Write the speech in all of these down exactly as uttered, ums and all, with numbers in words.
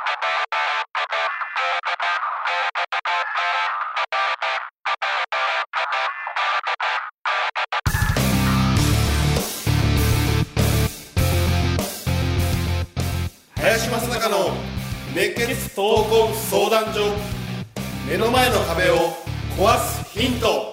林正孝の熱血闘魂相談所。目の前の壁を壊すヒント。 も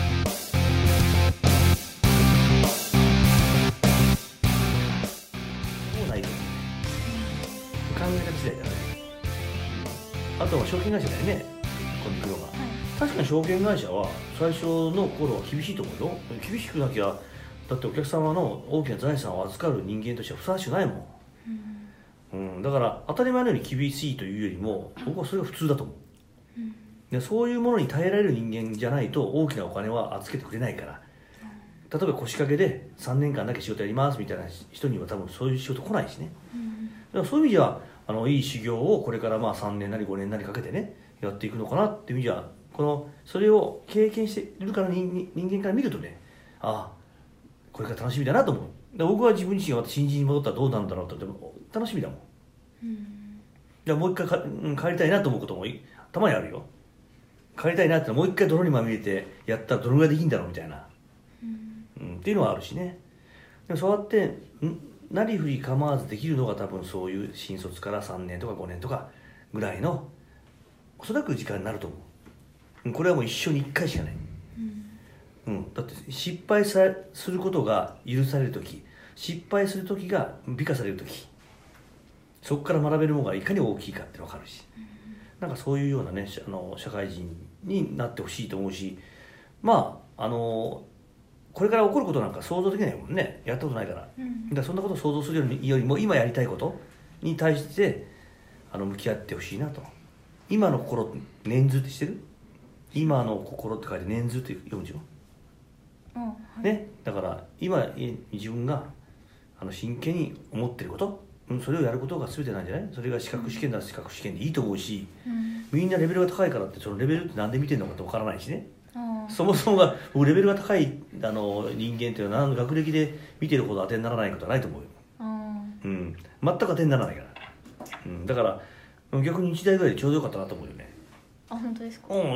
うないよ。考え方次第だね。あとは証券会社だよね、ここに行くのが、はい、確かに証券会社は最初の頃は厳しいと思うよ。厳しくなきゃ、だってお客様の大きな財産を預かる人間としてはふさわしくないもん、うんうん、だから当たり前のように厳しいというよりも僕はそれが普通だと思う、うん、でそういうものに耐えられる人間じゃないと大きなお金は預けてくれないから、例えば腰掛けでさんねんかんだけ仕事やりますみたいな人には多分そういう仕事来ないしね、うん、だからそういう意味ではあのいい修行をこれからまあさんねんなりごねんなりかけてねやっていくのかなっていう意味では、このそれを経験しているから人間から見るとね、ああこれから楽しみだなと思う。で僕は自分自身がまた新人に戻ったらどうなるんだろうと思って楽しみだもん、うん、じゃあもう一回か帰りたいなと思うこともたまにあるよ。帰りたいなってもう一回泥にまみれてやったらどのぐらいできるんだろうみたいな、うんうん、っていうのはあるしね。でもそうやってんなりふり構わずできるのが多分そういう新卒からさんねんとかごねんとかぐらいのおそらく時間になると思う。これはもう一生にいっかいしかない、うんうん、だって失敗さすることが許されるとき、失敗するときが美化されるとき、そこから学べるものがいかに大きいかって分かるし、うん、なんかそういうようなねあの社会人になってほしいと思うし、まああのこれから起こることなんか想像できないもんね、やったことないから、うん、だからそんなことを想像するよりよりも今やりたいことに対してあの向き合ってほしいなと。今の心念図って知ってる？今の心って書いて念図って読むでしょ、はい、ね、だから今自分があの真剣に思ってること、それをやることが全てなんじゃない？それが資格試験なら資格試験でいいと思うし、うん、みんなレベルが高いからってそのレベルって何で見てるのかって分からないしね、そもそもが僕レベルが高いあの人間っていうのは学歴で見てるほど当てにならないことはないと思うよ、うん、全く当てにならないから、うん、だから逆にいちだいぐらいでちょうどよかったなと思うよね。 あ、本当ですか？ うん、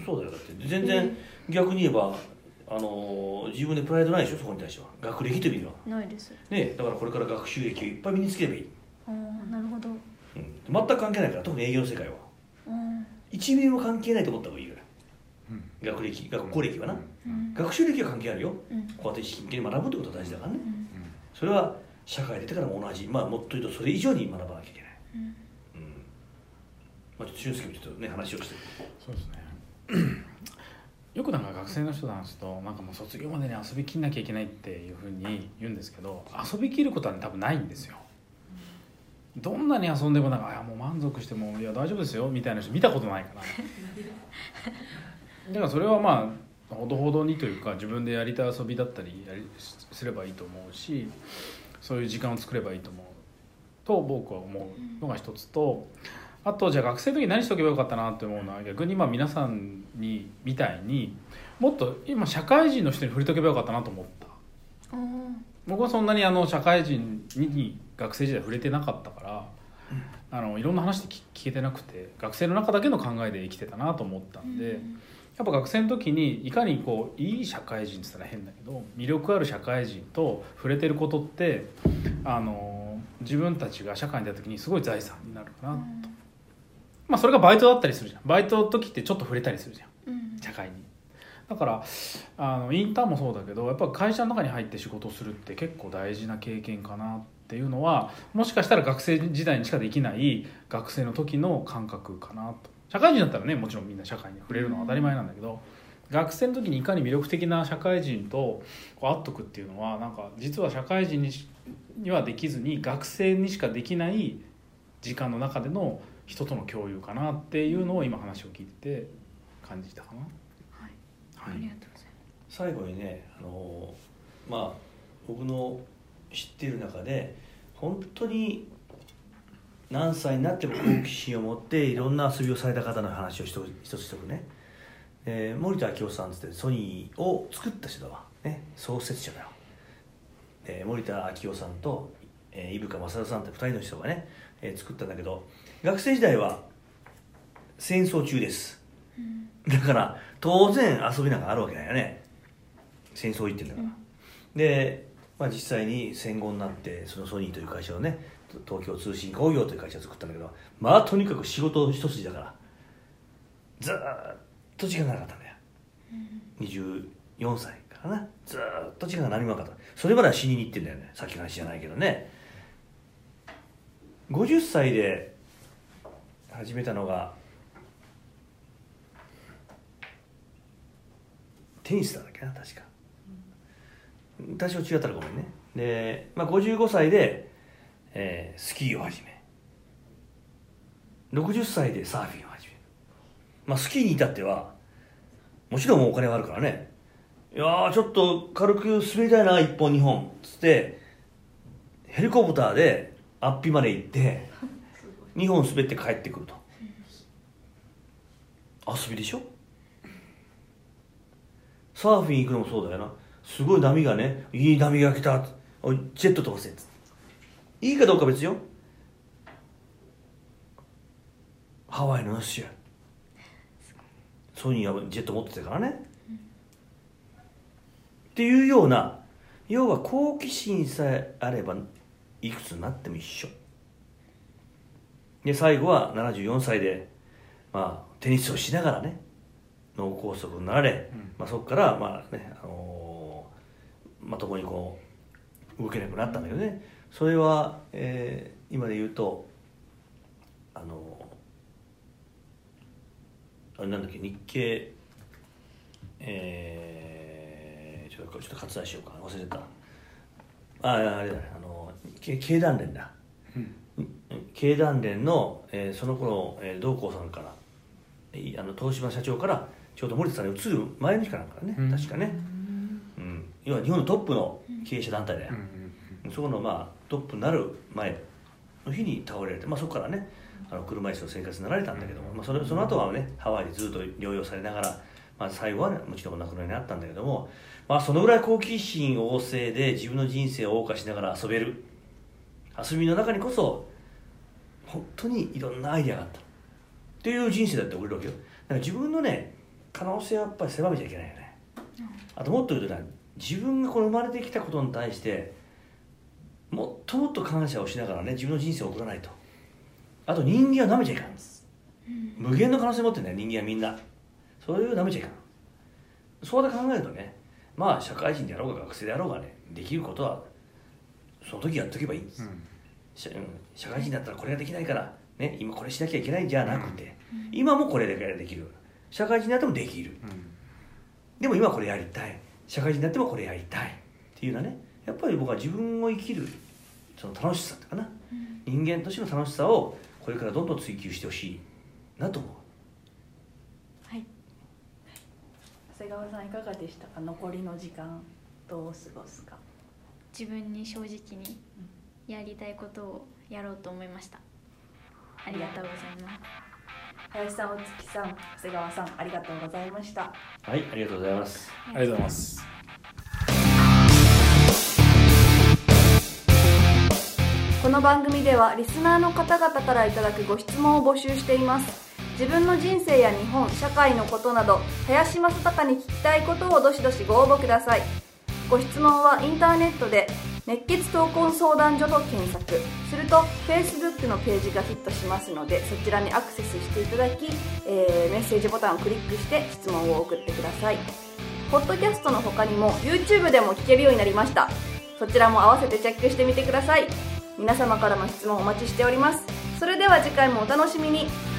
そうだよ。だって全然逆に言えばあの自分でプライドないでしょ、そこに対しては。学歴という意味はないです、 ね、だからこれから学習歴をいっぱい身につければいい。 あ、なるほど、うん、 全く関係ないから、特に営業の世界は、うん、いちミリも関係ないと思った方がいいから、うん、学歴、学校歴はな、うん、学習歴は関係あるよ、うん、こうやって真剣に学ぶってことが大事だからね、うん、それは社会出てからも同じ、まあもっと言うとそれ以上に学ばなきゃいけない、うん、まあ、ちょっと俊介もちょっとね話をしてる。 そうですねよくなんか学生の人と話すと、なんかもう卒業までに遊びきんなきゃいけないっていうふうに言うんですけど、遊びきることは、ね、多分ないんですよ。どんなに遊んでもなんか、あ、もう満足してもいや大丈夫ですよみたいな人見たことないからだからそれはまあほどほどにというか、自分でやりたい遊びだったりやりすればいいと思うし、そういう時間を作ればいいと思うと僕は思うのが一つと、あとじゃあ学生の時に何しておけばよかったなって思うのは、逆に今皆さんにみたいにもっと今社会人の人に触れとけばよかったなと思った。僕はそんなにあの社会人に学生時代触れてなかったから、うん、あのいろんな話で 聞, 聞けてなくて、学生の中だけの考えで生きてたなと思ったんで、うん、やっぱ学生の時にいかにこういい社会人って言ったら変だけど魅力ある社会人と触れてることってあの自分たちが社会に出た時にすごい財産になるかなと、うん、まあそれがバイトだったりするじゃん。バイトの時ってちょっと触れたりするじゃん、うん、社会に。だからあのインターンもそうだけど、やっぱ会社の中に入って仕事をするって結構大事な経験かなっていうのは、もしかしたら学生時代にしかできない学生の時の感覚かなと。社会人だったらね、もちろんみんな社会に触れるのは当たり前なんだけど、学生の時にいかに魅力的な社会人とこう会っとくっていうのは、なんか実は社会人ににはできずに学生にしかできない時間の中での人との共有かなっていうのを今話を聞いてて感じたかな。 はい、ありがとうございます。 最後にね、あのまあ僕の知っている中で本当に何歳になっても好奇心を持っていろんな遊びをされた方の話を一つ一つね、えー、森田明夫さんってソニーを作った人だわ、ね、創設者だよ、えー、森田明夫さんとえー、伊深正さんってふたりの人がね、えー、作ったんだけど、学生時代は戦争中です、うん、だから当然遊びなんかあるわけだよね、戦争行ってんだから、うん、で、まあ、実際に戦後になってそのソニーという会社をね、東京通信工業という会社を作ったんだけど、まあとにかく仕事一筋だからずーっと時間がなかったんだよ、うん、にじゅうよんさいからな、ずーっと時間が何もなかった。それまでは死にに行ってんだよね、さっきの話じゃないけどね。ごじゅっさいで始めたのがテニスだっけな、確か、多少違ったらごめんね。で、まあ、ごじゅうごさいで、えー、スキーを始め、ろくじゅっさいでサーフィンを始める。まあスキーに至ってはもちろんお金はあるからね、いやーちょっと軽く滑りたいないっぽんにほんつってヘリコプターでアッピまで行ってにほん滑って帰ってくると。遊びでしょ。サーフィン行くのもそうだよな。すごい波がね、いい波が来た、おいジェット飛ばせっつって、いいかどうか別よ。ハワイのシアソニーはジェット持ってたからね、うん、っていうような、要は好奇心さえあればいくつになっても一緒で、最後はななじゅうよんさいで、まあ、テニスをしながらね脳梗塞になられ、うんまあ、そこからまあね、あのー、まともにこう動けなくなったんだけどね。それは、えー、今で言うとあのー、あれなんだっけ、日経、えー、ちょっとちょっと割愛しようか、忘れた。あああれだね、あの経経団連だ、うん、経団連の、えー、その頃、えー、道光さんからあの東芝社長からちょうど森田さんに移る前の日かなんかね、うん、確かね、うん、要は日本のトップの経営者団体だよ、うん、そこのまあトップになる前の日に倒れて、まあ、そこからねあの車椅子の生活になられたんだけども、まあ、それその後はねハワイでずっと療養されながら、まあ、最後はねもちろんお亡くなりになったんだけども、まあ、そのぐらい好奇心旺盛で自分の人生を謳歌しながら遊べる、遊びの中にこそ本当にいろんなアイデアがあったっていう人生だって送れるわけよ。だから自分のね可能性はやっぱり狭めちゃいけないよね、うん、あともっと言うとね、自分がこの生まれてきたことに対してもっともっと感謝をしながらね自分の人生を送らないと。あと人間は舐めちゃいかんです、うん、無限の可能性持ってるんだよ人間はみんな。それを舐めちゃいかん。そうで考えるとね、まあ社会人であろうが学生であろうがね、できることはその時やっとけばいいんです、うん、社, 社会人だったらこれができないからね、今これしなきゃいけないんじゃなくて、うん、今もこれだけできる。社会人になってもできる、うん、でも今これやりたい、社会人になってもこれやりたいっていうのはね、やっぱり僕は自分を生きるその楽しさかな、うん、人間としての楽しさをこれからどんどん追求してほしいなと思う。 はい、長谷川さんいかがでしたか。残りの時間どう過ごすか。 自分に正直にやりたいことをやろうと思いました。ありがとうございます。 林さん、お月さん、長谷川さん、ありがとうございました。 はい、ありがとうございます。 ありがとうございます。 この番組ではリスナーの方々からいただくご質問を募集しています。自分の人生や日本、社会のことなど、林正孝に聞きたいことをどしどしご応募ください。ご質問はインターネットで熱血闘魂相談所と検索すると Facebook のページがヒットしますので、そちらにアクセスしていただき、えー、メッセージボタンをクリックして質問を送ってください。ポッドキャストの他にも YouTube でも聞けるようになりました。そちらも合わせてチェックしてみてください。皆様からの質問お待ちしております。それでは次回もお楽しみに。